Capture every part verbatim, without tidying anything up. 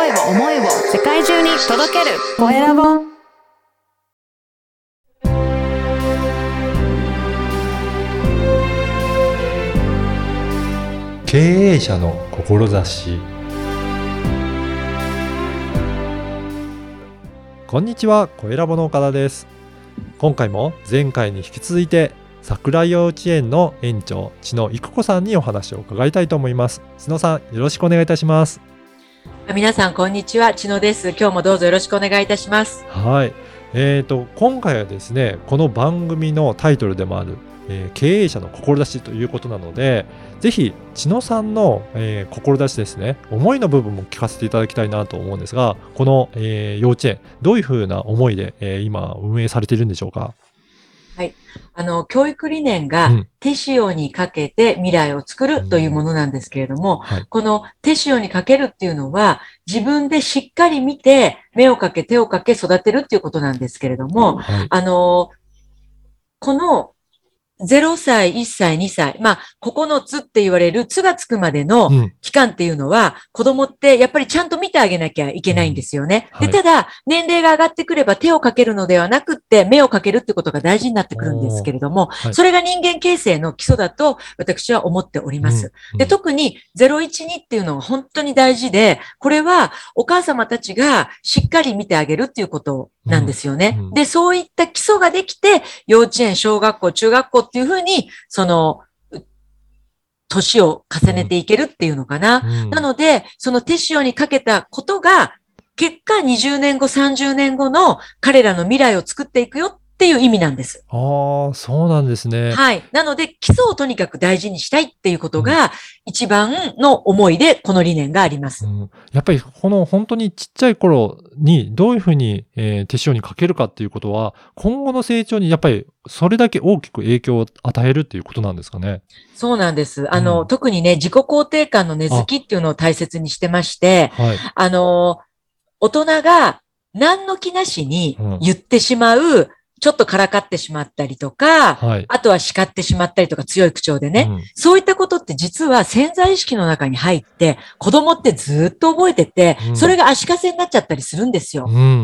声を思いを世界中に届けるコエラボ。 経営者の志。こんにちは、コエラボの岡田です。今回も前回に引き続いて桜井幼稚園の園長千野育子さんにお話を伺いたいと思います。千野さん、よろしくお願いいたします。 皆さんこんにちは、千野です。今日もどうぞよろしくお願いいたします。 はい、えーと今回はですね、この番組のタイトルでもある、えー、経営者の志ということなので、ぜひ千野さんの、えー、志ですね、思いの部分も聞かせていただきたいなと思うんですが、この、えー、幼稚園どういうふうな思いで、えー、今運営されているんでしょうか。 はい。あの、教育理念が、うん、手塩にかけて未来を作るというものなんですけれども、うんはい、この手塩にかけるっていうのは、自分でしっかり見て、目をかけ手をかけ育てるっていうことなんですけれども、はい、あの、このゼロさい、いっさい、にさい、まあ、ここのつって言われるつがつくまでの期間っていうのは、うん、子供ってやっぱりちゃんと見てあげなきゃいけないんですよね。うんはい、で、ただ、年齢が上がってくれば手をかけるのではなくって、目をかけるってことが大事になってくるんですけれども、はい、それが人間形成の基礎だと私は思っております。うんうん、で、特にゼロいちにっていうのが本当に大事で、これはお母様たちがしっかり見てあげるっていうことなんですよね。うんうん、で、そういった基礎ができて、幼稚園、小学校、中学校っていうふうに、その、年を重ねていけるっていうのかな。うん、なので、その手塩にかけたことが、結果にじゅうねんご、さんじゅうねんごの彼らの未来を作っていくよっていう意味なんです。 ああ、そうなんですね。 はい。なので、基礎をとにかく大事にしたいっていうことが、一番の思いで、この理念があります。 うん、やっぱり、この本当にちっちゃい頃に、どういうふうに、えー、手塩にかけるかっていうことは、今後の成長にやっぱり、それだけ大きく影響を与えるっていうことなんですかね。 そうなんです。あの、うん、特にね、自己肯定感の根付きっていうのを大切にしてまして、あ、はい、あの、大人が何の気なしに言ってしまう、うんちょっとからかってしまったりとか、はい、あとは叱ってしまったりとか強い口調でね、うん、そういったことって実は潜在意識の中に入って、子供ってずっと覚えてて、うん、それが足かせになっちゃったりするんですよ。 うんうん、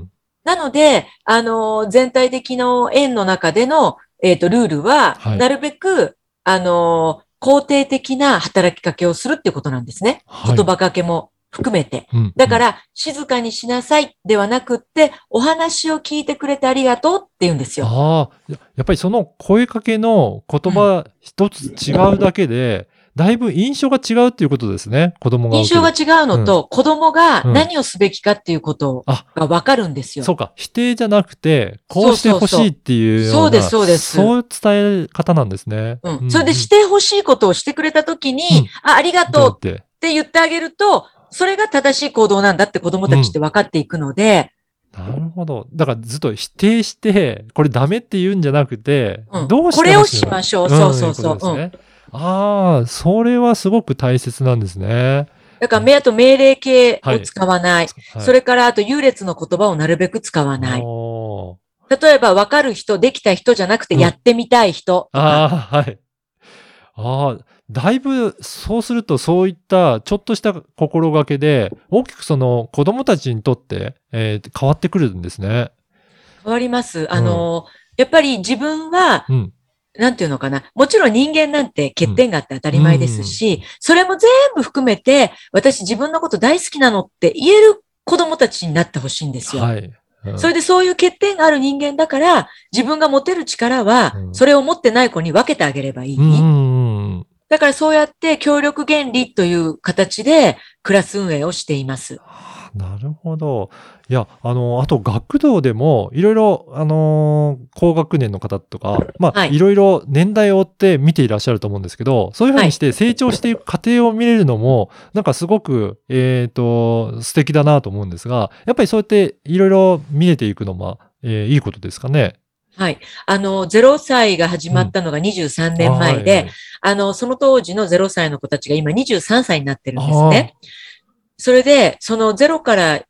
なので、あの、全体的の園の中での、えっと、ルールは、はい、なるべく、あの、肯定的な働きかけをするっていうことなんですね。はい、言葉かけも含めて。うんうん、だから、静かにしなさいではなくって、お話を聞いてくれてありがとうって言うんですよ。 ああ、やっぱりその声かけの言葉一つ違うだけで、うん、だいぶ印象が違うっていうことですね、子供が。 印象が違うのと、うん、子供が何をすべきかっていうことがわかるんですよ、 うん。そうか、否定じゃなくて、こうしてほしいっていうような、 そうです、そうです。 そういう伝え方なんですね。 うん。うん、それでしてほしいことをしてくれたときに、うん、あ、ありがとうって言ってあげると、それが正しい行動なんだって子供たちって分かっていくので、 うん、なるほど。だからずっと否定して、これダメって言うんじゃなくて、 うん、 どうしてこれをしましょう。そうそうそう。 うん、ね、うん、ああ、それはすごく大切なんですね。 だから、あと命令形を使わない。はいはい、それから、あと優劣の言葉をなるべく使わない。例えば、分かる人、できた人じゃなくて、やってみたい人とか。 うん、ああ、はい。ああ、だいぶ、そうするとそういったちょっとした心がけで、大きくその子供たちにとって、えー、変わってくるんですね。 変わります。あの、うん、やっぱり自分は、うん、なんていうのかな。もちろん人間なんて欠点があって当たり前ですし、うん、それも全部含めて、私自分のこと大好きなのって言える子供たちになってほしいんですよ。はいうん、それでそういう欠点がある人間だから、自分が持てる力は、それを持ってない子に分けてあげればいい。うんだからそうやって協力原理という形でクラス運営をしています。 なるほど。いや、あの、あと学童でもいろいろ、あのー、高学年の方とか、まあ、はい、いろいろ年代を追って見ていらっしゃると思うんですけど、そういうふうにして成長していく過程を見れるのも、なんかすごく、えっと、素敵だなと思うんですが、やっぱりそうやっていろいろ見れていくのも、えー、いいことですかね。 はい。あの、ゼロさいが始まったのがにじゅうさんねんまえで、うんあはいはい、あの、その当時のゼロさいの子たちが今にじゅうさんさいになってるんですね。それで、そのゼロから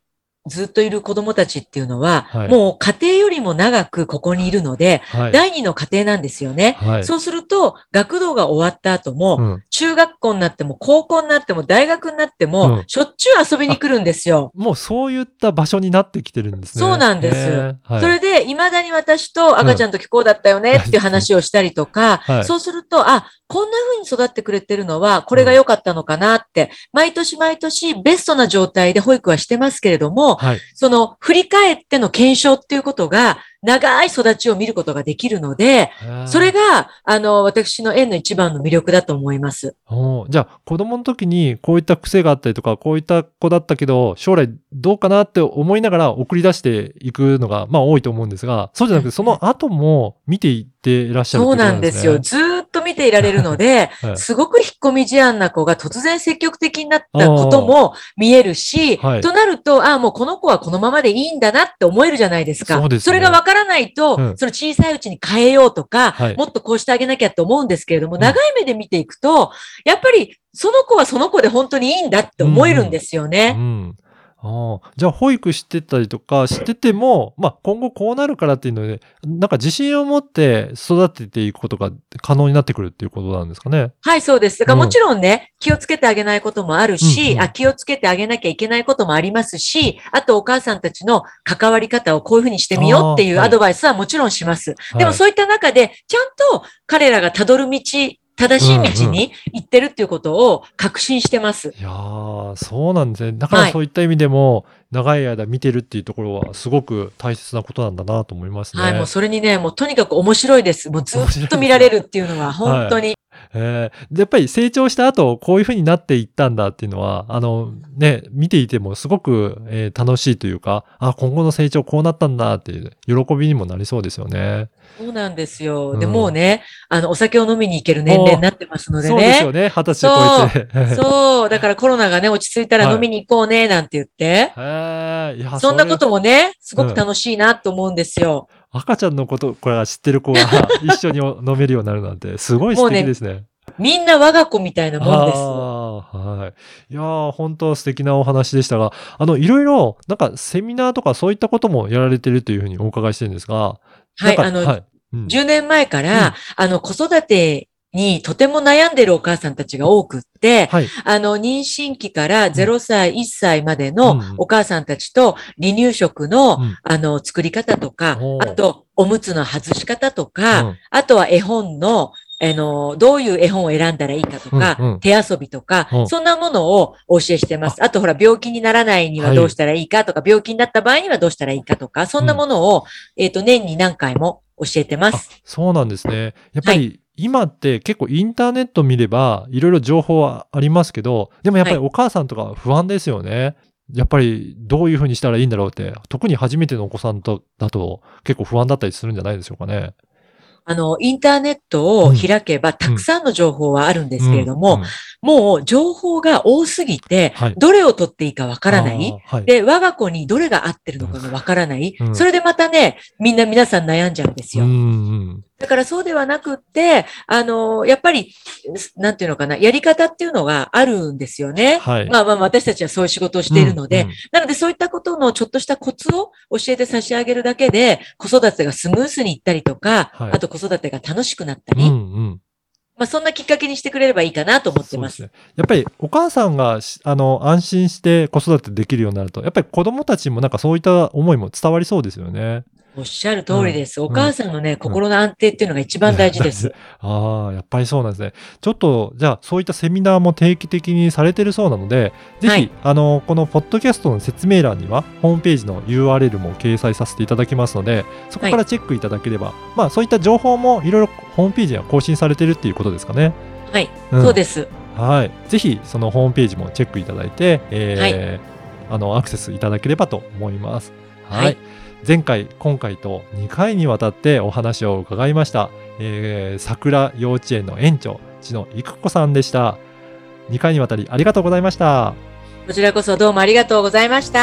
ずっといる子供たちっていうのは、 はい、 もう家庭よりも長くここにいるので、はい、第二の家庭なんですよね。はい、そうすると、学童が終わった後も、うん、中学校になっても、高校になっても、大学になっても、うん、しょっちゅう遊びに来るんですよ。 もうそういった場所になってきてるんですね。 そうなんです。はい、それで、未だに私と赤ちゃんの時こうだったよねっていう話をしたりとか、うんはい、そうすると、あ、こんな風に育ってくれてるのは、これが良かったのかなって、うん、毎年毎年ベストな状態で保育はしてますけれども、はい、その振り返っての検証っていうことが長い育ちを見ることができるので、それが、あの、私の園の一番の魅力だと思います。 おじゃあ、子供の時にこういった癖があったりとか、こういった子だったけど、将来どうかなって思いながら送り出していくのが、まあ多いと思うんですが、そうじゃなくて、その後も見ていっていらっしゃるってことなんですね。 そうなんですよ。ずーっと見ていられるので、はい、すごく引っ込み思案な子が突然積極的になったことも見えるし、はい、となると、ああ、もうこの子はこのままでいいんだなって思えるじゃないですか。そうですね。それがわからないと、うん、その小さいうちに変えようとか、はい、もっとこうしてあげなきゃって思うんですけれども、長い目で見ていくと、やっぱりその子はその子で本当にいいんだって思えるんですよね。 うんうんうんああ、じゃあ保育してたりとかしてても、まあ今後こうなるからっていうので、なんか自信を持って育てていくことが可能になってくるっていうことなんですかね。 はい、そうです。だからもちろんね、うん、気をつけてあげないこともあるし、うんうん、あ、気をつけてあげなきゃいけないこともありますし、あとお母さんたちの関わり方をこういうふうにしてみようっていうアドバイスはもちろんします。はい、でもそういった中で、ちゃんと彼らがたどる道、正しい道に行ってるっていうことを確信してます。 うんうん、いやー、そうなんですね。だからそういった意味でも、はい、長い間見てるっていうところはすごく大切なことなんだなと思いますね。 はい、もうそれにね、もうとにかく面白いです。もうずっと見られるっていうのは本当に。はいえー、でやっぱり成長した後、こういう風になっていったんだっていうのは、あのね、見ていてもすごく、えー、楽しいというか、あ、今後の成長こうなったんだっていう喜びにもなりそうですよね。 そうなんですよ。うん、で、もうね、あの、お酒を飲みに行ける年齢になってますのでね。 そうですよね。二十歳超えて。そう。そう。だからコロナがね、落ち着いたら飲みに行こうね、なんて言って。はい、いやそんなこともね、すごく楽しいなと思うんですよ。 うん、赤ちゃんのこと、これは知ってる子が一緒に飲めるようになるなんて、すごい素敵ですね。もうねみんな我が子みたいなもんです。 はい。いやー、本当素敵なお話でしたが、あの、いろいろ、なんかセミナーとかそういったこともやられてるというふうにお伺いしてるんですが。 はい、あの、はいうん、じゅうねんまえから、うん、あの、子育てにとても悩んでるお母さんたちが多くって、はい、あの、妊娠期からゼロさい、いっさいまでのお母さんたちと離乳食の、うん、あの、作り方とか、あと、おむつの外し方とか、うん、あとは絵本の、あの、どういう絵本を選んだらいいかとか、うんうん、手遊びとか、うん、そんなものをお教えしてます。あと、ほら、病気にならないにはどうしたらいいかとか、はい、病気になった場合にはどうしたらいいかとか、そんなものを、うん、えっと、年に何回も教えてます。 そうなんですね。やっぱり、はい今って結構インターネット見ればいろいろ情報はありますけど、でもやっぱりお母さんとか不安ですよね。はい、やっぱりどういうふうにしたらいいんだろうって、特に初めてのお子さんとだと結構不安だったりするんじゃないでしょうかね。 あの、インターネットを開けば、たくさんの情報はあるんですけれども、うんうんうん、もう情報が多すぎて、はい、どれを取っていいかわからない、はい。で、我が子にどれが合ってるのかがわからない、うん。それでまたね、みんな皆さん悩んじゃうんですよ。うんうんだからそうではなくって、あの、やっぱり、なんていうのかな、やり方っていうのがあるんですよね。はい、まあまあ私たちはそういう仕事をしているので、うんうん、なのでそういったことのちょっとしたコツを教えて差し上げるだけで、子育てがスムースにいったりとか、はい、あと子育てが楽しくなったり、うんうんまあそんなきっかけにしてくれればいいかなと思ってます。 そうですね。やっぱりお母さんがあの安心して子育てできるようになると、やっぱり子供たちもなんかそういった思いも伝わりそうですよね。 おっしゃる通りです。うん、お母さんのね、うん、心の安定っていうのが一番大事です。 ああ、やっぱりそうなんですね。ちょっと、じゃあ、そういったセミナーも定期的にされてるそうなので、ぜひ、はい、あの、このポッドキャストの説明欄には、ホームページの ユーアールエル も掲載させていただきますので、そこからチェックいただければ、はい、まあ、そういった情報もいろいろホームページには更新されてるっていうことですかね。 はい、うん、そうです。 はい。ぜひ、そのホームページもチェックいただいて、えーはい、あの、アクセスいただければと思います。はい、はい前回、今回とにかいにわたってお話を伺いました。えー、桜幼稚園の園長、ちのいくこさんでした。にかいにわたりありがとうございました。 こちらこそどうもありがとうございました。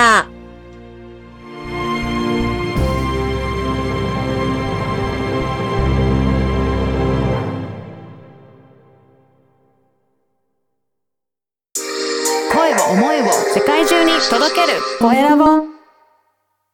声を思いを世界中に届けるコエラボ。